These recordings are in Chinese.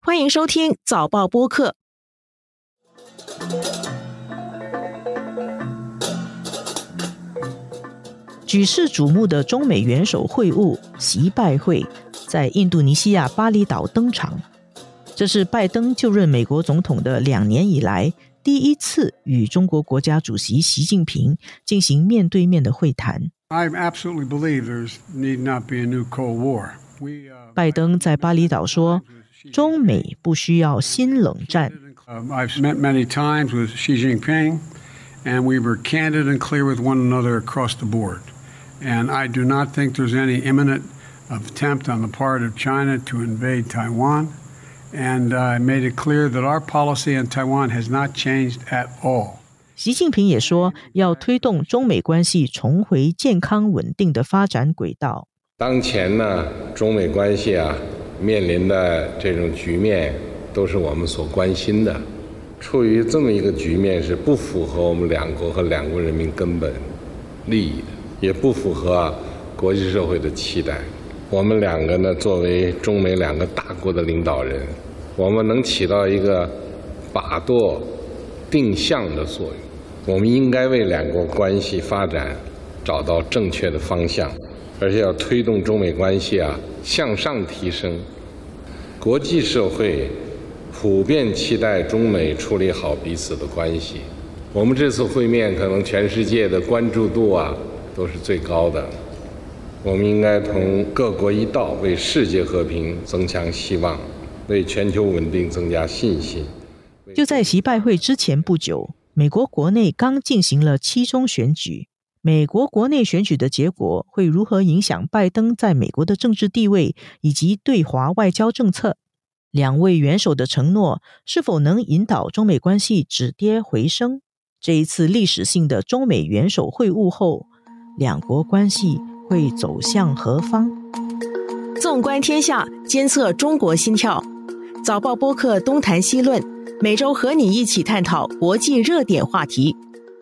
欢迎收听早报播客。举世瞩目的中美元首会晤习拜会在印度尼西亚巴厘岛登场，这是拜登就任美国总统的2年以来第一次与中国国家主席习近平进行面对面的会谈。拜登在巴厘岛说，中美不需要新冷战。 I've met many times with Xi Jinping, and we were candid and clear with one another across the board. And I do not think there's any imminent attempt on the part of China to invade Taiwan. And I made it clear that our policy on Taiwan has not changed at all. 习近平也说，要推动中美关系重回健康稳定的发展轨道。 当前呢，中美关系面临的这种局面都是我们所关心的，处于这么一个局面是不符合我们两国和两国人民根本利益的，也不符合国际社会的期待。我们两个呢，作为中美两个大国的领导人，我们能起到一个把舵定向的作用。我们应该为两国关系发展找到正确的方向，而且要推动中美关系向上提升。国际社会普遍期待中美处理好彼此的关系。我们这次会面可能全世界的关注度都是最高的。我们应该同各国一道，为世界和平增强希望，为全球稳定增加信心。 就在习拜会之前不久，美国国内刚进行了期中选举。美国国内选举的结果会如何影响拜登在美国的政治地位以及对华外交政策？两位元首的承诺是否能引导中美关系止跌回升？这一次历史性的中美元首会晤后，两国关系会走向何方？纵观天下，监测中国心跳。早报播客东谈西论，每周和你一起探讨国际热点话题。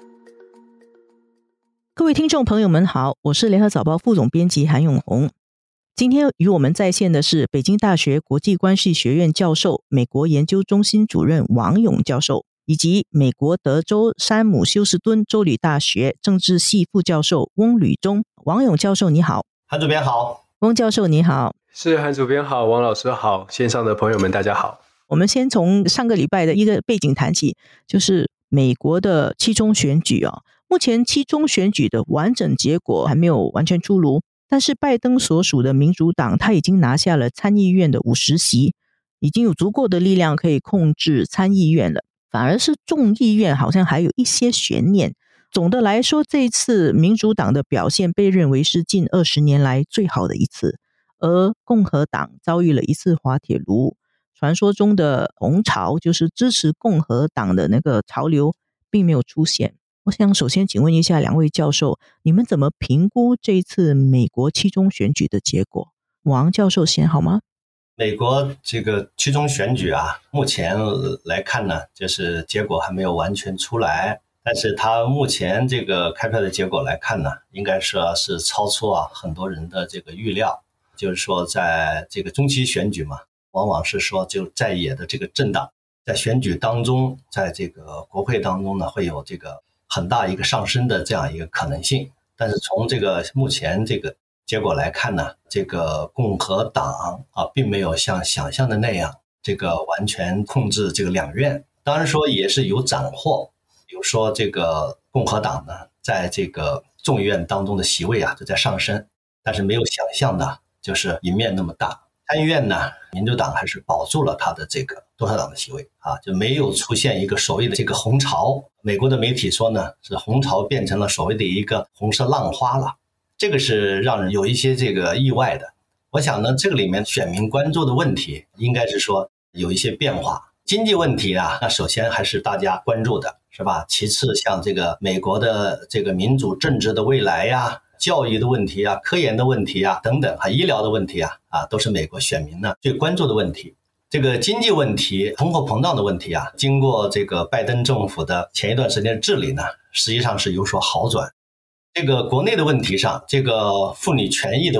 各位听众朋友们好，我是联合早报副总编辑韩永红。今天与我们在线的是北京大学国际关系学院教授、美国研究中心主任王勇教授，以及美国德州山姆休斯敦州立大学政治系副教授翁履中。王勇教授你好。 韩主编好。 翁教授你好。 是，韩主编好，王老师好，线上的朋友们大家好。 我们先从上个礼拜的一个背景谈起，就是美国的期中选举目前期中选举的完整结果还没有完全出炉，但是拜登所属的民主党他已经拿下了参议院的50席，已经有足够的力量可以控制参议院了，反而是众议院好像还有一些悬念。总的来说，这一次民主党的表现被认为是近20年来最好的一次，而共和党遭遇了一次滑铁卢，传说中的红潮，就是支持共和党的那个潮流并没有出现。我想首先请问一下两位教授，你们怎么评估这一次美国期中选举的结果？王教授先好吗？ 美国这个期中选举目前来看呢，就是结果还没有完全出来，但是它目前这个开票的结果来看呢，应该说是超出很多人的这个预料。就是说在这个中期选举嘛，往往是说就在野的这个政党在选举当中，在这个国会当中呢，会有这个很大一个上升的这样一个可能性。但是从这个目前这个结果来看呢，这个共和党并没有像想象的那样这个完全控制这个两院。当然说也是有斩获，比如说这个共和党呢，在这个众议院当中的席位就在上升，但是没有想象的就是赢面那么大。参议院呢，民主党还是保住了他的这个多数党的席位就没有出现一个所谓的这个红潮。美国的媒体说呢，是红潮变成了所谓的一个红色浪花了，这个是让人有一些这个意外的。我想呢，这个里面选民关注的问题应该是说有一些变化。经济问题那首先还是大家关注的，是吧？其次像这个美国的这个民主政治的未来教育的问题科研的问题等等医疗的问题都是美国选民呢最关注的问题。这个经济问题、通货膨胀的问题经过这个拜登政府的前一段时间的治理呢，实际上是有所好转。这个国内的问题上，这个妇女权益的问题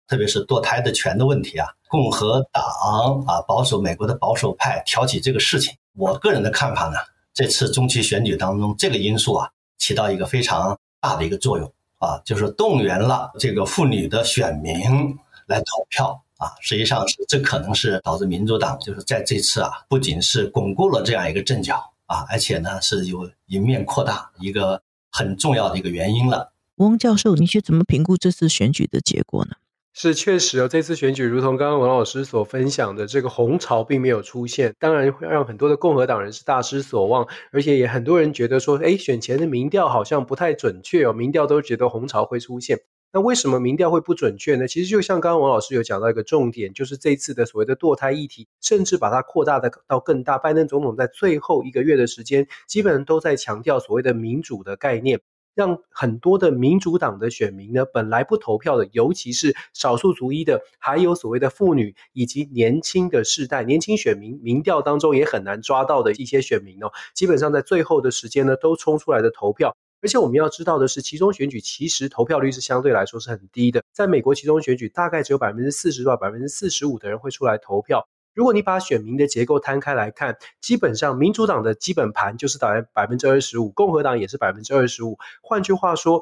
特别是堕胎的权的问题啊，共和党啊美国的保守派挑起这个事情。我个人的看法呢，这次中期选举当中这个因素啊起到一个非常大的一个作用啊，就是动员了这个妇女的选民来投票啊，实际上是这可能是导致民主党就是在这次啊不仅是巩固了这样一个阵脚啊，而且呢是有赢面扩大一个很重要的一个原因了。 翁教授，你去怎么评估这次选举的结果呢？ 是确实这次选举如同刚刚王老师所分享的，这个红潮并没有出现，当然会让很多的共和党人是大失所望，而且也很多人觉得说选前的民调好像不太准确民调都觉得红潮会出现。那为什么民调会不准确呢？其实就像刚刚王老师有讲到一个重点，就是这一次的所谓的堕胎议题，甚至把它扩大到更大。拜登总统在最后1个月的时间，基本上都在强调所谓的民主的概念，让很多的民主党的选民呢，本来不投票的，尤其是少数族裔的，还有所谓的妇女以及年轻的世代，年轻选民民调当中也很难抓到的一些选民基本上在最后的时间呢，都冲出来的投票。而且我们要知道的是，期中选举其实投票率是相对来说是很低的，在美国期中选举大概只有 40% 到 45% 的人会出来投票。如果你把选民的结构摊开来看，基本上民主党的基本盘就是大概 25%， 共和党也是 25%。 换句话说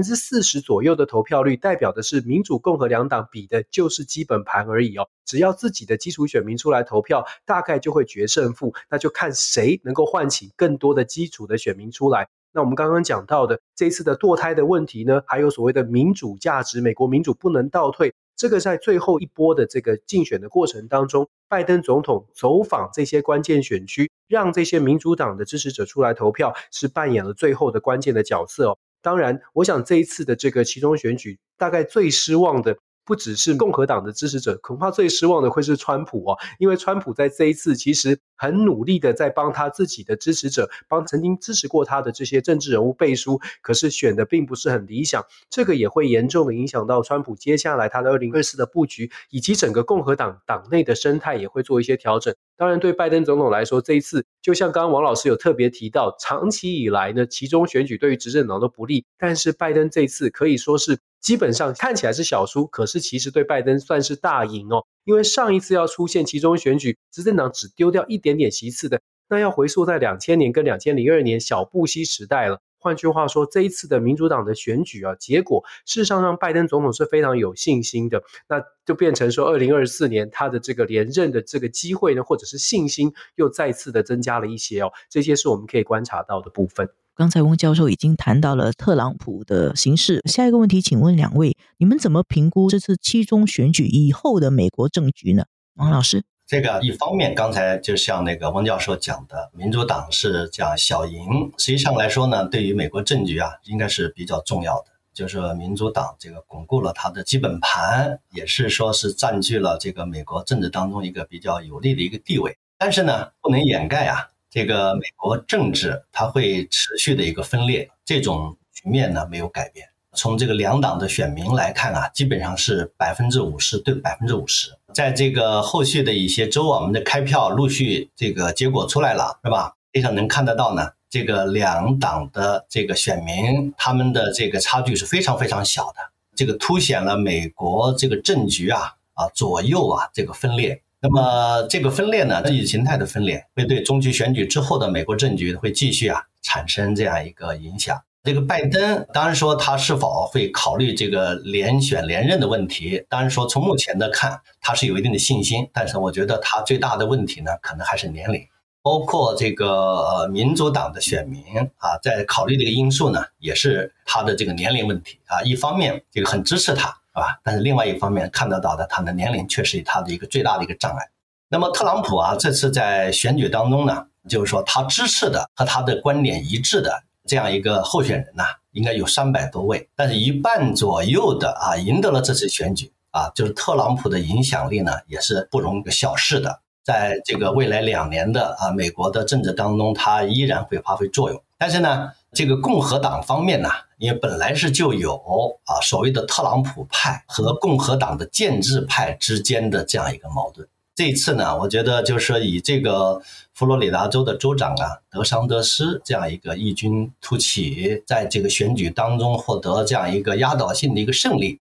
40% 左右的投票率代表的是民主共和两党比的就是基本盘而已只要自己的基础选民出来投票，大概就会决胜负，那就看谁能够唤起更多的基础的选民出来。那我们刚刚讲到的这一次的堕胎的问题呢，还有所谓的民主价值，美国民主不能倒退，这个在最后一波的这个竞选的过程当中，拜登总统走访这些关键选区，让这些民主党的支持者出来投票，是扮演了最后的关键的角色当然我想这一次的这个期中选举，大概最失望的不只是共和党的支持者，恐怕最失望的会是川普因为川普在这一次其实很努力的在帮他自己的支持者，帮曾经支持过他的这些政治人物背书，可是选的并不是很理想，这个也会严重的影响到川普接下来他的2024的布局，以及整个共和党党内的生态也会做一些调整。当然对拜登总统来说，这一次就像刚刚王老师有特别提到，长期以来呢，期中选举对于执政党都不利，但是拜登这一次可以说是基本上看起来是小输，可是其实对拜登算是大赢因为上一次要出现期中选举，执政党只丢掉一点点席次的，那要回溯在2000年跟2002年小布希时代了。换句话说，这一次的民主党的选举结果事实上让拜登总统是非常有信心的，那就变成说2024年他的这个连任的这个机会呢，或者是信心又再次的增加了一些这些是我们可以观察到的部分。 刚才翁教授已经谈到了特朗普的形势，下一个问题请问两位，你们怎么评估这次期中选举以后的美国政局呢？王老师。 这个一方面刚才就像那个翁教授讲的，民主党是这样小赢，实际上来说呢，对于美国政局应该是比较重要的，就是说民主党这个巩固了它的基本盘，也是说是占据了这个美国政治当中一个比较有利的一个地位。但是呢，不能掩盖这个美国政治它会持续的一个分裂，这种局面呢没有改变。从这个两党的选民来看基本上是50%对50%。在这个后续的一些州我们的开票陆续这个结果出来了，是吧？非常能看得到呢，这个两党的这个选民他们的这个差距是非常非常小的，这个凸显了美国这个政局左右这个分裂。那么这个分裂呢，意识形态的分裂会对中期选举之后的美国政局会继续产生这样一个影响。这个拜登当然说他是否会考虑这个连选连任的问题，当然说从目前的看他是有一定的信心，但是我觉得他最大的问题呢可能还是年龄，包括这个民主党的选民在考虑这个因素呢也是他的这个年龄问题一方面这个很支持他但是另外一方面看得到的他的年龄确实是他的一个最大的一个障碍。那么特朗普这次在选举当中呢，就是说他支持的和他的观点一致的这样一个候选人应该有300多位，但是一半左右的赢得了这次选举就是特朗普的影响力呢也是不容小视的，在这个未来2年的美国的政治当中他依然会发挥作用。但是呢，这个共和党方面呢，因为本来是就有所谓的特朗普派和共和党的建制派之间的这样一个矛盾。这一次呢，我觉得就是说以这个佛罗里达州的州长德桑德斯这样一个异军突起，在这个选举当中获得这样一个压倒性的一个胜利，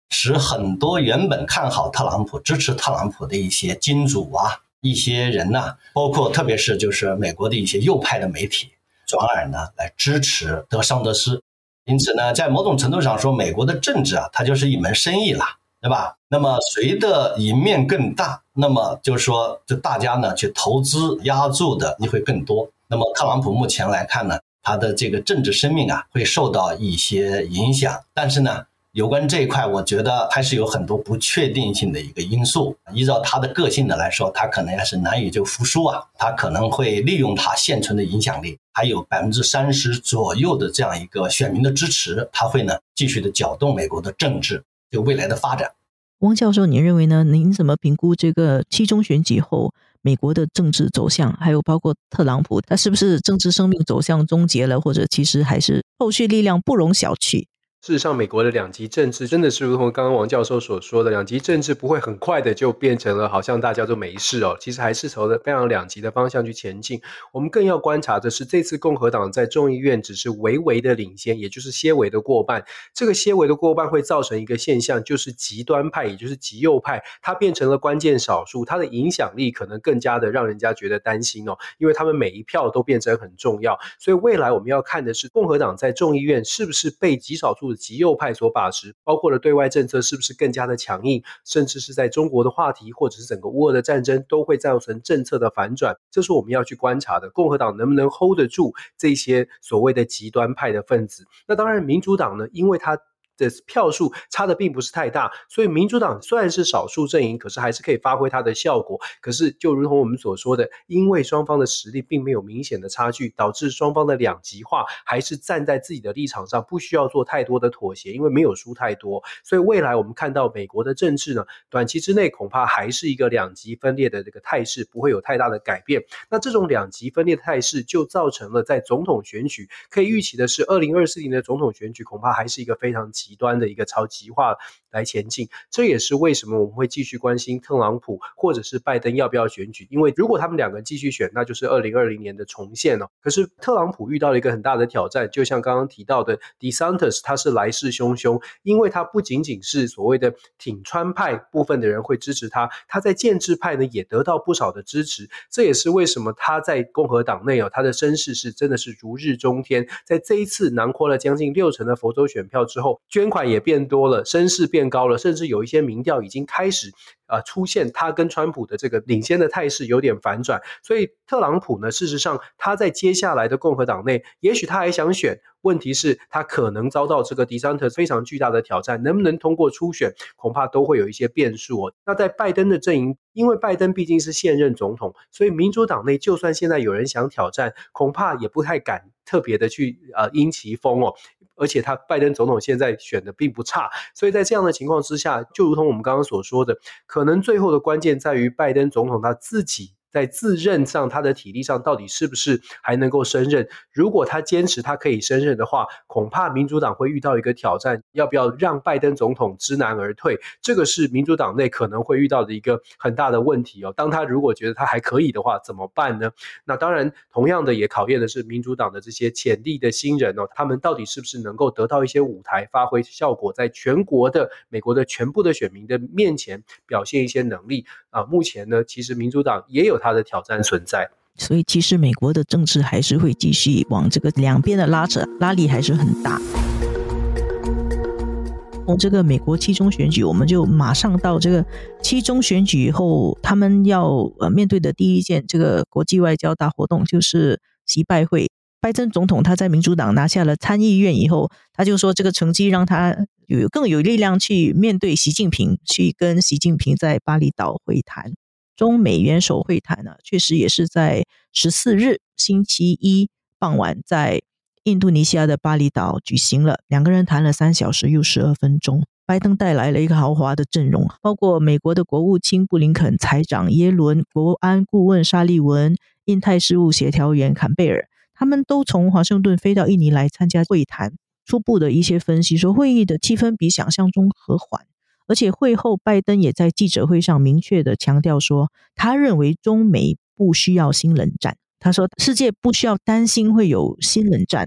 使很多原本看好特朗普、支持特朗普的一些金主啊、一些人呢，包括特别是就是美国的一些右派的媒体，转而呢来支持德桑德斯。因此呢，在某种程度上说，美国的政治啊，它就是一门生意了，对吧？那么谁的赢面更大，那么就是说，就大家呢去投资押注的机会更多。那么特朗普目前来看呢，他的这个政治生命啊会受到一些影响，但是呢，有关这一块，我觉得还是有很多不确定性的一个因素。依照他的个性的来说，他可能还是难以就服输啊，他可能会利用他现存的影响力，还有30%左右的这样一个选民的支持，他会呢继续的搅动美国的政治就未来的发展。 汪教授，您认为呢？您怎么评估这个期中选举后美国的政治走向，还有包括特朗普，他是不是政治生命走向终结了，或者其实还是后续力量不容小觑？ 事实上，美国的两极政治真的是如同刚刚王教授所说的，两极政治不会很快的就变成了好像大家都没事哦，其实还是朝着非常两极的方向去前进。我们更要观察的是，这次共和党在众议院只是微微的领先，也就是些微的过半。这个些微的过半会造成一个现象，就是极端派，也就是极右派，它变成了关键少数，它的影响力可能更加的让人家觉得担心哦，因为他们每一票都变成很重要。所以未来我们要看的是，共和党在众议院是不是被极少数极右派所把持，包括了对外政策是不是更加的强硬，甚至是在中国的话题或者是整个乌俄的战争都会造成政策的反转，这是我们要去观察的。共和党能不能 hold 得住这些所谓的极端派的分子？那当然民主党呢，因为它的票数差的并不是太大，所以民主党虽然是少数阵营，可是还是可以发挥它的效果。可是就如同我们所说的，因为双方的实力并没有明显的差距，导致双方的两极化还是站在自己的立场上，不需要做太多的妥协，因为没有输太多。所以未来我们看到美国的政治呢，短期之内恐怕还是一个两极分裂的这个态势，不会有太大的改变。那这种两极分裂的态势就造成了在总统选举可以预期的是2024年的总统选举恐怕还是一个非常极端的一个超极化来前进。这也是为什么我们会继续关心特朗普或者是拜登要不要选举，因为如果他们两个继续选，那就是2020年的重现了。可是特朗普遇到了一个很大的挑战，就像刚刚提到的 DeSantis， 他是来势汹汹，因为他不仅仅是所谓的挺川派部分的人会支持他，他在建制派呢也得到不少的支持。这也是为什么他在共和党内他的声势是真的是如日中天。在这一次囊括了将近60%的佛州选票之后，捐款也变多了，声势变高了，甚至有一些民调已经开始出现他跟川普的这个领先的态势有点反转。所以特朗普呢，事实上他在接下来的共和党内，也许他还想选，问题是他可能遭到这个DeSantis非常巨大的挑战，能不能通过初选恐怕都会有一些变数那在拜登的阵营，因为拜登毕竟是现任总统，所以民主党内就算现在有人想挑战，恐怕也不太敢特别的去因其风而且拜登总统现在选的并不差，所以在这样的情况之下，就如同我们刚刚所说的，可能最后的关键在于拜登总统他自己在自任上，他的体力上到底是不是还能够胜任。如果他坚持他可以胜任的话，恐怕民主党会遇到一个挑战，要不要让拜登总统知难而退，这个是民主党内可能会遇到的一个很大的问题当他如果觉得他还可以的话，怎么办呢？那当然同样的也考验的是民主党的这些潜力的新人他们到底是不是能够得到一些舞台，发挥效果，在全国的美国的全部的选民的面前表现一些能力目前呢，其实民主党也有它的挑战存在。 所以其实美国的政治还是会继续往这个两边的拉扯，拉力还是很大。从这个美国期中选举，我们就马上到这个期中选举后他们要面对的第一件这个国际外交大活动，就是习拜会。拜登总统他在民主党拿下了参议院以后，他就说这个成绩让他更有力量去面对习近平，去跟习近平在巴厘岛会谈。中美元首会谈确实也是在14日星期一傍晚在印度尼西亚的巴厘岛举行了，两个人谈了3小时又12分钟。拜登带来了一个豪华的阵容，包括美国的国务卿布林肯、财长耶伦、国安顾问沙利文、印太事务协调员坎贝尔，他们都从华盛顿飞到印尼来参加会谈。初步的一些分析说，会议的气氛比想象中和缓，而且会后拜登也在记者会上明确的强调说，他认为中美不需要新冷战。他说世界不需要担心会有新冷战，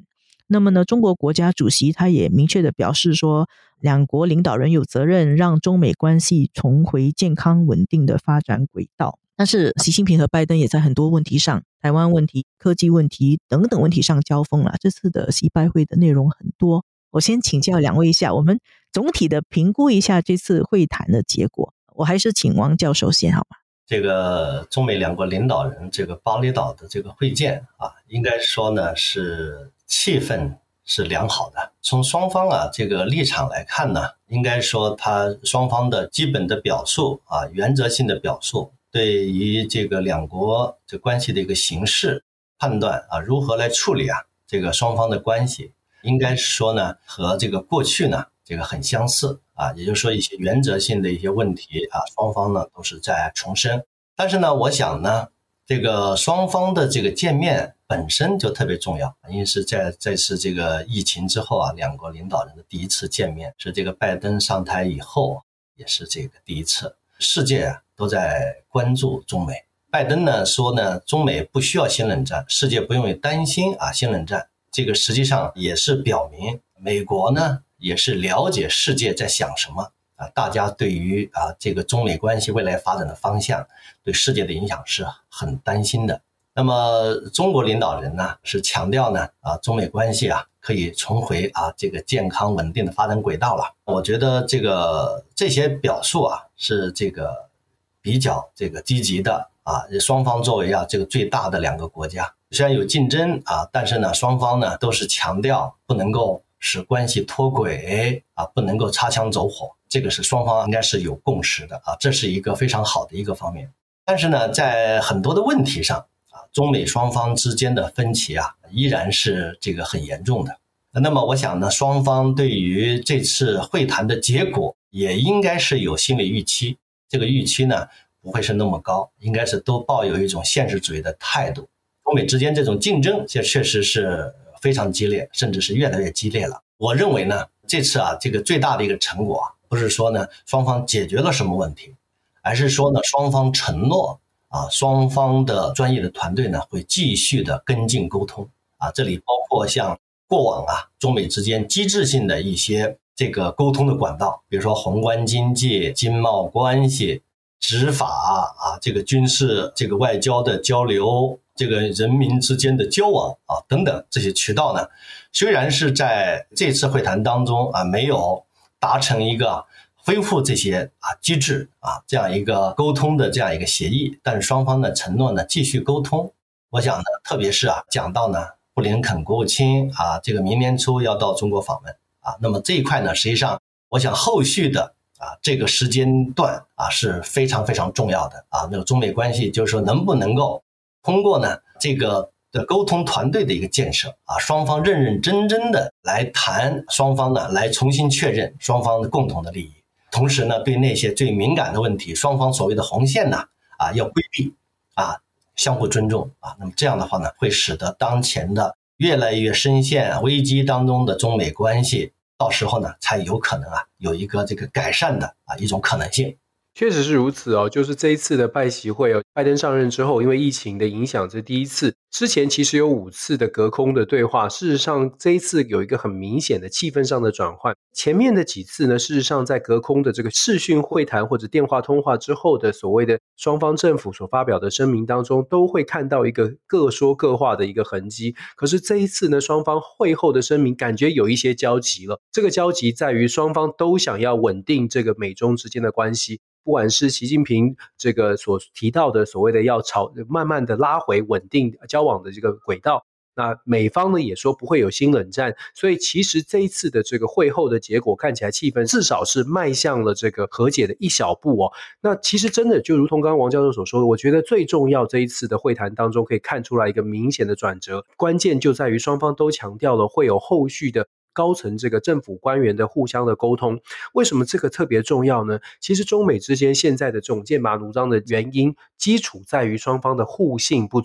那么呢，中国国家主席他也明确的表示说，两国领导人有责任让中美关系重回健康稳定的发展轨道。但是习近平和拜登也在很多问题上，台湾问题、科技问题等等问题上交锋了。这次的习拜会的内容很多，我先请教两位一下，我们总体的评估一下这次会谈的结果。我还是请王教授先好吗？ 这个中美两国领导人这个巴厘岛的这个会见啊，应该说呢是气氛是良好的。从双方啊这个立场来看呢，应该说他双方的基本的表述啊，原则性的表述，对于这个两国这关系的一个形势判断啊，如何来处理啊这个双方的关系，应该说呢和这个过去呢这个很相似啊，也就是说一些原则性的一些问题啊，双方呢都是在重申。但是呢，我想呢，这个双方的这个见面本身就特别重要，因为是在这次这个疫情之后啊，两国领导人的第一次见面，是这个拜登上台以后也是这个第一次。世界啊都在关注中美。拜登呢说呢，中美不需要新冷战，世界不用担心啊新冷战。这个实际上也是表明美国呢也是了解世界在想什么啊，大家对于啊这个中美关系未来发展的方向，对世界的影响是很担心的。那么中国领导人呢是强调呢啊中美关系啊可以重回啊这个健康稳定的发展轨道了。我觉得这些表述啊是这个比较这个积极的啊，双方作为啊这个最大的两个国家，虽然有竞争啊，但是呢双方呢都是强调不能够使关系脱轨啊，不能够擦枪走火，这个是双方应该是有共识的啊，这是一个非常好的一个方面。但是呢在很多的问题上啊，中美双方之间的分歧啊依然是这个很严重的。那么我想呢，双方对于这次会谈的结果也应该是有心理预期，这个预期呢不会是那么高，应该是都抱有一种现实主义的态度。中美之间这种竞争确实是非常激烈，甚至是越来越激烈了。我认为呢，这次啊这个最大的一个成果啊，不是说呢双方解决了什么问题，而是说呢双方承诺啊，双方的专业的团队呢会继续的跟进沟通啊，这里包括像过往啊中美之间机制性的一些这个沟通的管道，比如说宏观经济、经贸关系、执法啊，这个军事、这个外交的交流，这个人民之间的交往啊等等这些渠道呢，虽然是在这次会谈当中啊没有达成一个恢复这些啊机制啊这样一个沟通的这样一个协议，但是双方呢承诺呢继续沟通。我想呢，特别是啊讲到呢布林肯国务卿啊这个明年初要到中国访问啊，那么这一块呢实际上我想后续的啊这个时间段啊是非常非常重要的啊，那个中美关系就是说能不能够通过呢这个的沟通团队的一个建设啊，双方认认真真的来谈，双方呢来重新确认双方的共同的利益，同时呢对那些最敏感的问题，双方所谓的红线呢啊要规避啊，相互尊重啊，那么这样的话呢会使得当前的越来越深陷危机当中的中美关系到时候呢才有可能啊有一个这个改善的啊一种可能性。 确实是如此哦，就是这一次的拜习会哦，拜登上任之后，因为疫情的影响，这第一次，之前其实有5次的隔空的对话，事实上这一次有一个很明显的气氛上的转换。前面的几次呢，事实上在隔空的这个视讯会谈或者电话通话之后的所谓的双方政府所发表的声明当中，都会看到一个各说各话的一个痕迹。可是这一次呢，双方会后的声明感觉有一些交集了，这个交集在于双方都想要稳定这个美中之间的关系。不管是习近平这个所提到的所谓的要慢慢的拉回稳定交往的这个轨道，那美方呢也说不会有新冷战，所以其实这一次的这个会后的结果看起来气氛至少是迈向了这个和解的一小步哦。那其实真的就如同刚刚王教授所说的，我觉得最重要这一次的会谈当中可以看出来一个明显的转折，关键就在于双方都强调了会有后续的高层这个政府官员的互相的沟通。为什么这个特别重要呢？其实中美之间现在的这种剑拔弩张的原因，基础在于双方的互信不足。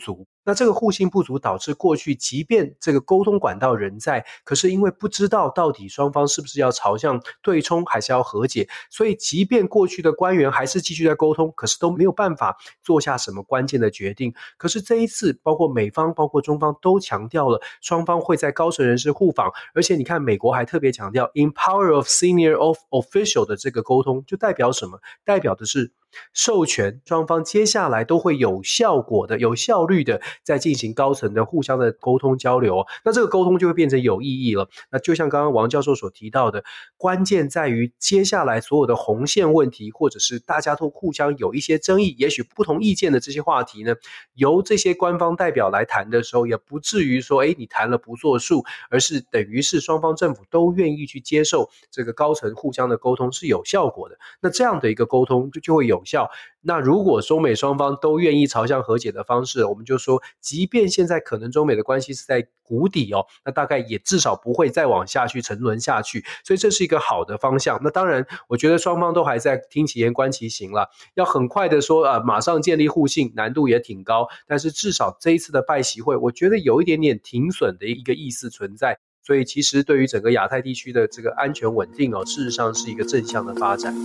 那这个互信不足导致过去即便这个沟通管道仍在，可是因为不知道到底双方是不是要朝向对冲还是要和解，所以即便过去的官员还是继续在沟通，可是都没有办法做下什么关键的决定。可是这一次包括美方包括中方都强调了双方会在高层人士互访，而且你看美国还特别强调 in power of senior official 的这个沟通，就代表什么？代表的是授权双方接下来都会有效果的有效率的在进行高层的互相的沟通交流，那这个沟通就会变成有意义了。那就像刚刚王教授所提到的，关键在于接下来所有的红线问题，或者是大家都互相有一些争议也许不同意见的这些话题呢，由这些官方代表来谈的时候，也不至于说你谈了不作数，而是等于是双方政府都愿意去接受这个高层互相的沟通是有效果的，那这样的一个沟通就会有效。那如果中美双方都愿意朝向和解的方式，我们就说即便现在可能中美的关系是在谷底那大概也至少不会再往下去沉沦下去，所以这是一个好的方向。那当然我觉得双方都还在听其言观其行了，要很快的说马上建立互信难度也挺高，但是至少这一次的拜习会我觉得有一点点停损的一个意思存在，所以其实对于整个亚太地区的这个安全稳定事实上是一个正向的发展。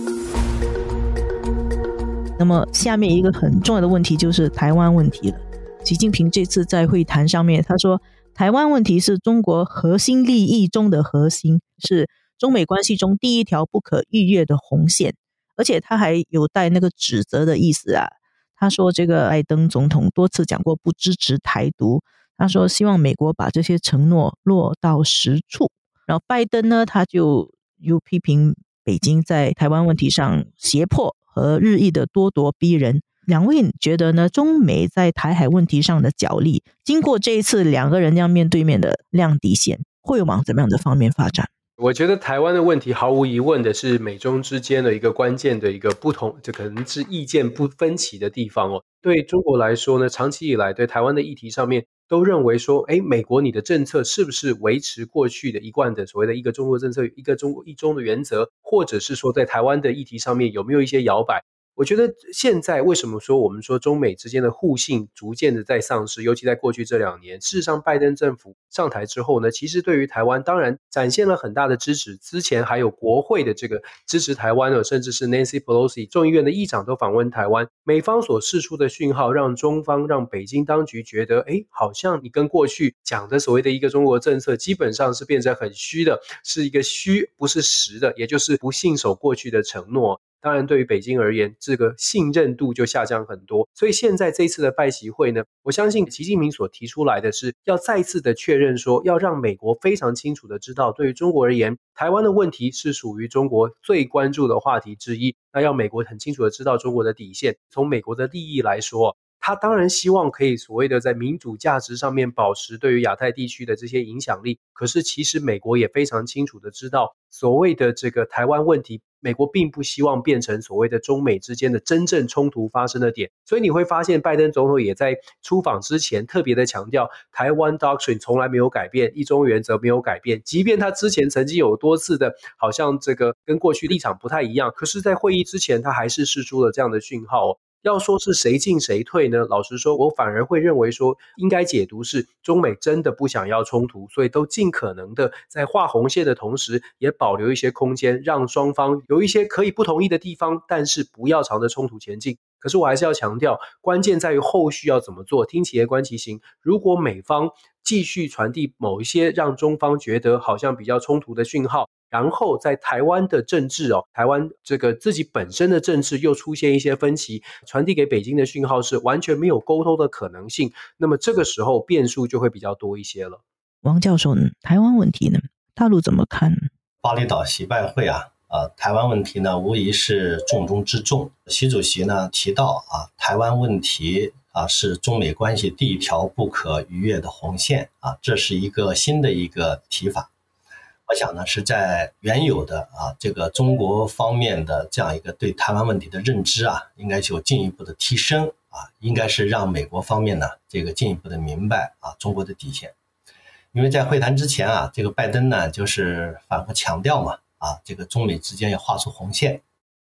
那么下面一个很重要的问题就是台湾问题了。习近平这次在会谈上面他说，台湾问题是中国核心利益中的核心，是中美关系中第一条不可逾越的红线，而且他还有带那个指责的意思他说这个拜登总统多次讲过不支持台独，他说希望美国把这些承诺落到实处。然后拜登呢，他就又批评北京在台湾问题上胁迫和日益的咄咄逼人。两位觉得呢，中美在台海问题上的角力，经过这一次两个人这样面对面的亮底线，会往怎么样的方面发展？ 我觉得台湾的问题毫无疑问的是美中之间的一个关键的一个不同，这可能是意见不分歧的地方对中国来说呢，长期以来对台湾的议题上面都认为说美国你的政策是不是维持过去的一贯的所谓的一个中国政策，一个中国一中的原则，或者是说在台湾的议题上面有没有一些摇摆。我觉得现在为什么说我们说中美之间的互信逐渐的在丧失，尤其在过去这2年，事实上拜登政府上台之后呢，其实对于台湾当然展现了很大的支持，之前还有国会的这个支持台湾甚至是 Nancy Pelosi 众议院的议长都访问台湾，美方所释出的讯号让中方让北京当局觉得好像你跟过去讲的所谓的一个中国政策基本上是变成很虚的，是一个虚不是实的，也就是不信守过去的承诺。当然对于北京而言，这个信任度就下降很多，所以现在这一次的拜习会呢，我相信习近平所提出来的是要再次的确认说，要让美国非常清楚的知道，对于中国而言，台湾的问题是属于中国最关注的话题之一，那要美国很清楚的知道中国的底线。从美国的利益来说，他当然希望可以所谓的在民主价值上面保持对于亚太地区的这些影响力，可是其实美国也非常清楚的知道，所谓的这个台湾问题，美国并不希望变成所谓的中美之间的真正冲突发生的点。所以你会发现拜登总统也在出访之前特别的强调，台湾 Doctrine 从来没有改变，一中原则没有改变，即便他之前曾经有多次的好像这个跟过去立场不太一样，可是在会议之前他还是释出了这样的讯号要说是谁进谁退呢？老实说，我反而会认为说，应该解读是中美真的不想要冲突，所以都尽可能的在画红线的同时，也保留一些空间，让双方有一些可以不同意的地方，但是不要朝着冲突前进。可是我还是要强调，关键在于后续要怎么做，听其言观其行。如果美方继续传递某一些让中方觉得好像比较冲突的讯号，然后在台湾的政治台湾这个自己本身的政治又出现一些分歧，传递给北京的讯号是完全没有沟通的可能性，那么这个时候变数就会比较多一些了。 王教授呢，台湾问题呢，大陆怎么看？ 巴厘岛习拜会台湾问题呢无疑是重中之重。习主席呢提到台湾问题是中美关系第一条不可逾越的红线这是一个新的一个提法。我想呢是在原有的这个中国方面的这样一个对台湾问题的认知应该有进一步的提升应该是让美国方面呢这个进一步的明白中国的底线。因为在会谈之前这个拜登呢就是反复强调嘛这个中美之间要画出红线，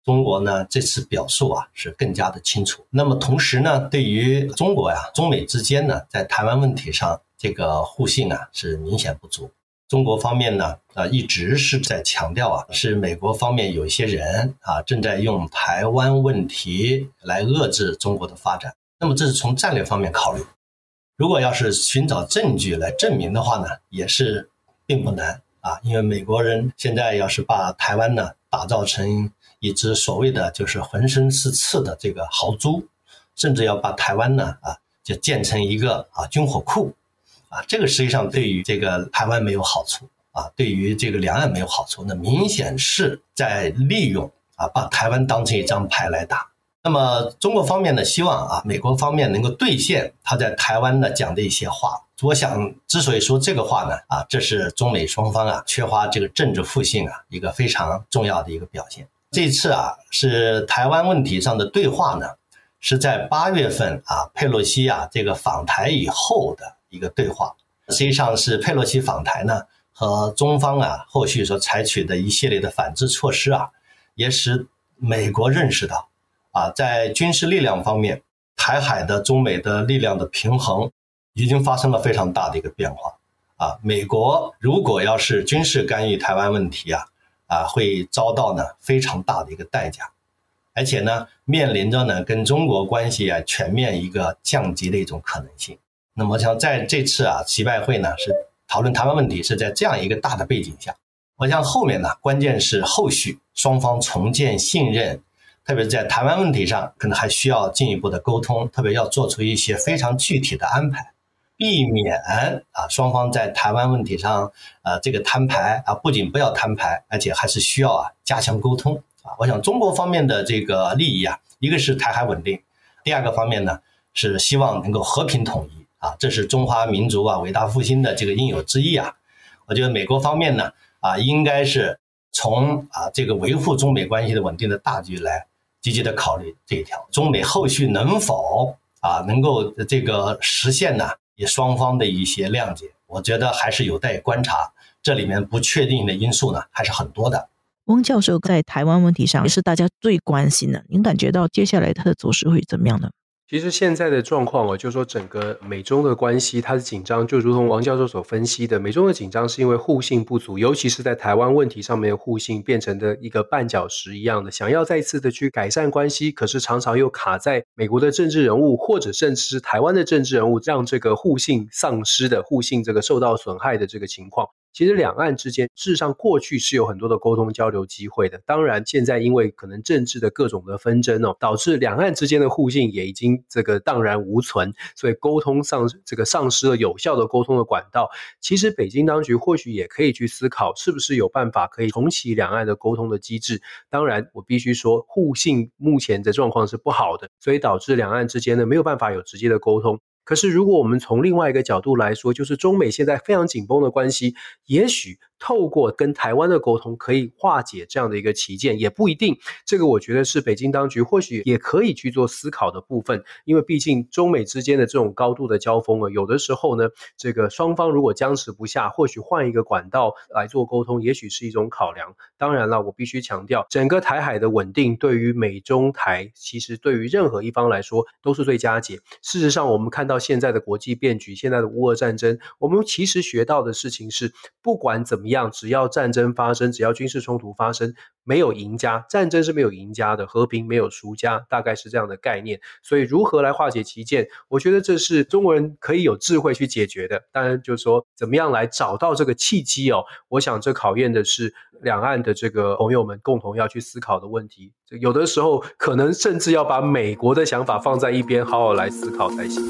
中国呢这次表述啊是更加的清楚。那么同时呢，对于中国呀，中美之间呢在台湾问题上这个互信啊是明显不足。中国方面呢一直是在强调啊，是美国方面有一些人啊正在用台湾问题来遏制中国的发展。那么这是从战略方面考虑。如果要是寻找证据来证明的话呢，也是并不难啊，因为美国人现在要是把台湾呢打造成一只所谓的就是浑身是刺的这个豪猪，甚至要把台湾呢就建成一个军火库啊，这个实际上对于这个台湾没有好处啊，对于这个两岸没有好处，那明显是在利用把台湾当成一张牌来打。那么中国方面呢，希望美国方面能够兑现他在台湾呢讲的一些话。我想之所以说这个话呢这是中美双方缺乏这个政治互信一个非常重要的一个表现。这次是台湾问题上的对话呢，是在8月份佩洛西这个访台以后的一个对话。实际上是佩洛西访台呢和中方后续所采取的一系列的反制措施也使美国认识到在军事力量方面，台海的中美的力量的平衡已经发生了非常大的一个变化美国如果要是军事干预台湾问题会遭到呢非常大的一个代价，而且呢面临着呢跟中国关系全面一个降级的一种可能性。那么像在这次习拜会呢是讨论台湾问题，是在这样一个大的背景下，我想后面呢关键是后续双方重建信任，特别是在台湾问题上可能还需要进一步的沟通，特别要做出一些非常具体的安排，避免双方在台湾问题上这个摊牌不仅不要摊牌，而且还是需要加强沟通我想中国方面的这个利益一个是台海稳定，第二个方面呢是希望能够和平统一这是中华民族伟大复兴的这个应有之义我觉得美国方面呢应该是从这个维护中美关系的稳定的大局来积极的考虑这一条。中美后续能否能够这个实现呢也双方的一些谅解，我觉得还是有待观察，这里面不确定的因素呢还是很多的。 翁教授在台湾问题上也是大家最关心的，您感觉到接下来它的走势会怎么样呢？ 其实现在的状况就是说整个美中的关系它是紧张，就如同王教授所分析的，美中的紧张是因为互信不足，尤其是在台湾问题上面的互信变成的一个绊脚石一样的，想要再次的去改善关系，可是常常又卡在美国的政治人物或者甚至是台湾的政治人物，让这个互信丧失的，互信这个受到损害的这个情况。其实两岸之间事实上过去是有很多的沟通交流机会的，当然现在因为可能政治的各种的纷争导致两岸之间的互信也已经这个荡然无存，所以沟通上这个丧失了有效的沟通的管道。其实北京当局或许也可以去思考是不是有办法可以重启两岸的沟通的机制。当然我必须说互信目前的状况是不好的，所以导致两岸之间呢没有办法有直接的沟通。可是如果我们从另外一个角度来说，就是中美现在非常紧绷的关系，也许透过跟台湾的沟通可以化解这样的一个歧见，也不一定。这个我觉得是北京当局或许也可以去做思考的部分，因为毕竟中美之间的这种高度的交锋有的时候呢这个双方如果僵持不下，或许换一个管道来做沟通也许是一种考量。当然了，我必须强调整个台海的稳定对于美中台其实对于任何一方来说都是最佳解。事实上我们看到现在的国际变局，现在的乌俄战争，我们其实学到的事情是不管怎么样，只要战争发生，只要军事冲突发生，没有赢家，战争是没有赢家的，和平没有输家，大概是这样的概念。所以如何来化解歧见，我觉得这是中国人可以有智慧去解决的。当然就是说怎么样来找到这个契机我想这考验的是两岸的这个朋友们共同要去思考的问题。有的时候可能甚至要把美国的想法放在一边，好好来思考才行。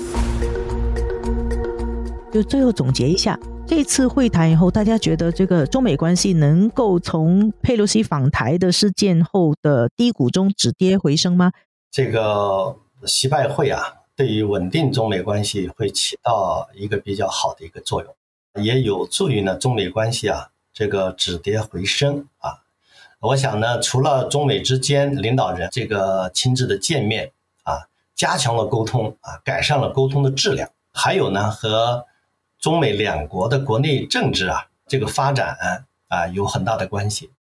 就最后总结一下，这次会谈以后，大家觉得这个中美关系能够从佩洛西访台的事件后的低谷中止跌回升吗？ 这个习拜会对于稳定中美关系会起到一个比较好的一个作用，也有助于呢中美关系这个止跌回升我想呢，除了中美之间领导人这个亲自的见面加强了沟通改善了沟通的质量，还有呢和中美两国的国内政治这个发展有很大的关系。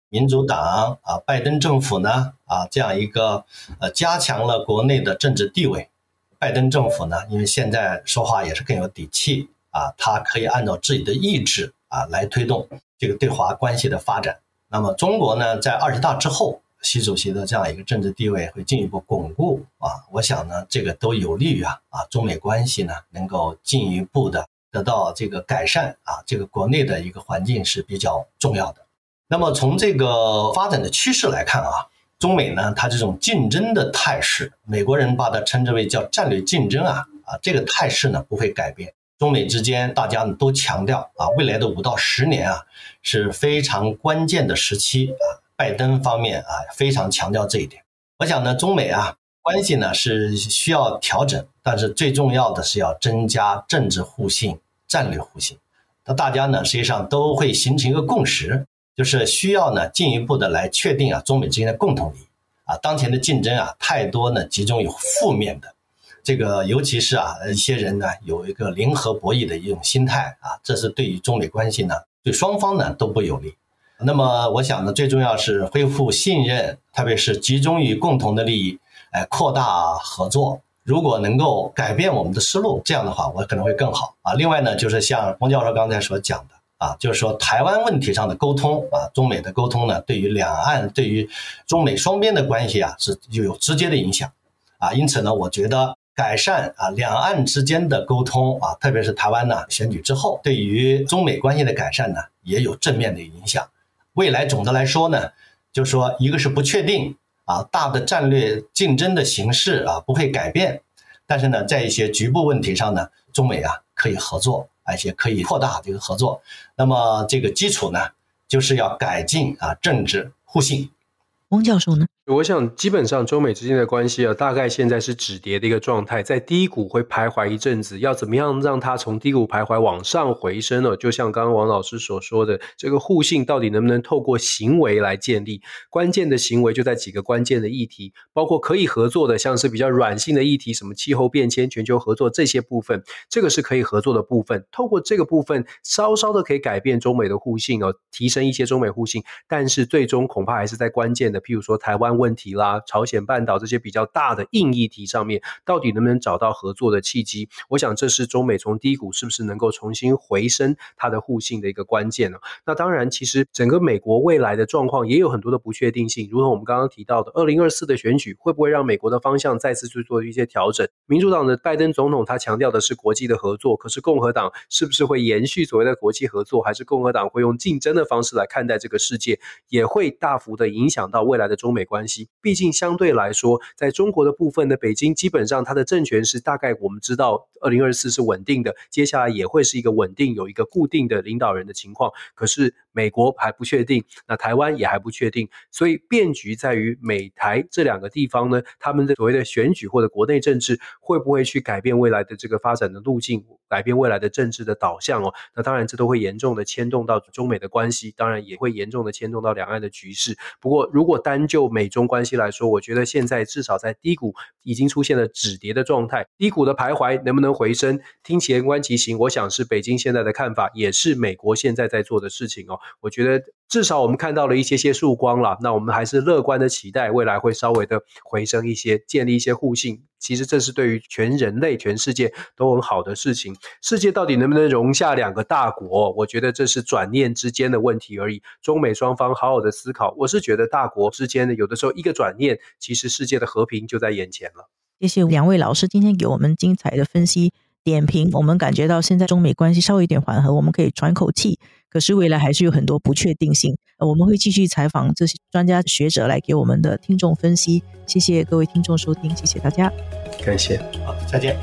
民主党拜登政府呢这样一个加强了国内的政治地位。拜登政府呢，因为现在说话也是更有底气他可以按照自己的意志来推动这个对华关系的发展。那么中国呢，在20大之后，习主席的这样一个政治地位会进一步巩固我想呢，这个都有利于中美关系呢能够进一步的得到这个改善这个国内的一个环境是比较重要的。那么从这个发展的趋势来看中美呢，它这种竞争的态势，美国人把它称之为叫战略竞争这个态势呢不会改变。中美之间大家都强调未来的5到10年是非常关键的时期拜登方面非常强调这一点。我想呢，中美关系呢是需要调整，但是最重要的是要增加政治互信、战略互信。那大家呢实际上都会形成一个共识，就是需要呢进一步的来确定中美之间的共同利益当前的竞争太多呢集中有负面的，这个尤其是一些人呢有一个零和博弈的一种心态这是对于中美关系呢对双方呢都不有利。那么我想呢，最重要是恢复信任，特别是集中于共同的利益，扩大合作。如果能够改变我们的思路，这样的话我可能会更好另外呢，就是像洪教授刚才所讲的就是说台湾问题上的沟通中美的沟通呢，对于两岸对于中美双边的关系是有直接的影响因此呢，我觉得改善两岸之间的沟通特别是台湾呢选举之后，对于中美关系的改善呢也有正面的影响。未来总的来说呢，就是说一个是不确定大的战略竞争的形势不会改变，但是呢在一些局部问题上呢，中美可以合作，而且可以扩大这个合作。那么这个基础呢就是要改进政治互信。 翁教授呢？ 我想基本上中美之间的关系大概现在是止跌的一个状态，在低谷会徘徊一阵子，要怎么样让它从低谷徘徊往上回升就像刚刚王老师所说的，这个互信到底能不能透过行为来建立，关键的行为就在几个关键的议题，包括可以合作的，像是比较软性的议题，什么气候变迁、全球合作这些部分，这个是可以合作的部分，透过这个部分稍稍的可以改变中美的互信提升一些中美互信，但是最终恐怕还是在关键的，譬如说台湾问题啦、朝鲜半岛这些比较大的硬议题上面，到底能不能找到合作的契机？我想这是中美从低谷是不是能够重新回升它的互信的一个关键那当然其实整个美国未来的状况也有很多的不确定性，如同我们刚刚提到的2024的选举会不会让美国的方向再次去做一些调整。民主党的拜登总统他强调的是国际的合作，可是共和党是不是会延续所谓的国际合作，还是共和党会用竞争的方式来看待这个世界，也会大幅的影响到未来的中美关系。毕竟相对来说，在中国的部分呢，北京基本上它的政权是大概我们知道2024是稳定的，接下来也会是一个稳定有一个固定的领导人的情况，可是美国还不确定，那台湾也还不确定，所以变局在于美台这两个地方呢，他们的所谓的选举或者国内政治会不会去改变未来的这个发展的路径，改变未来的政治的导向那当然这都会严重的牵动到中美的关系，当然也会严重的牵动到两岸的局势。不过如果单就美中关系来说，我觉得现在至少在低谷已经出现了止跌的状态，低谷的徘徊能不能回升，听其言观其行，我想是北京现在的看法，也是美国现在在做的事情我觉得至少我们看到了一些曙光了，那我们还是乐观的期待未来会稍微的回升一些，建立一些互信。其实这是对于全人类全世界都很好的事情。世界到底能不能容下两个大国，我觉得这是转念之间的问题而已，中美双方好好的思考，我是觉得大国之间的有的时候一个转念，其实世界的和平就在眼前了。 谢谢两位老师今天给我们精彩的分析点评，我们感觉到现在中美关系稍微有点缓和，我们可以喘口气，可是未来还是有很多不确定性，我们会继续采访这些专家学者来给我们的听众分析。谢谢各位听众收听，谢谢大家， 感谢， 好，再见。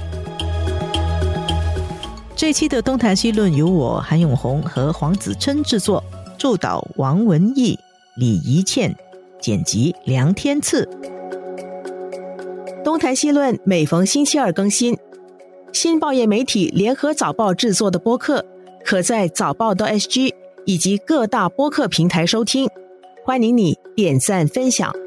这一期的东谈西论由我韩永宏和黄子琛制作，助导王文义、李怡倩，剪辑梁天赐。 东谈西论每逢星期二更新，新报业媒体联合早报制作的播客，可在早报.sg以及各大播客平台收听，欢迎你点赞分享。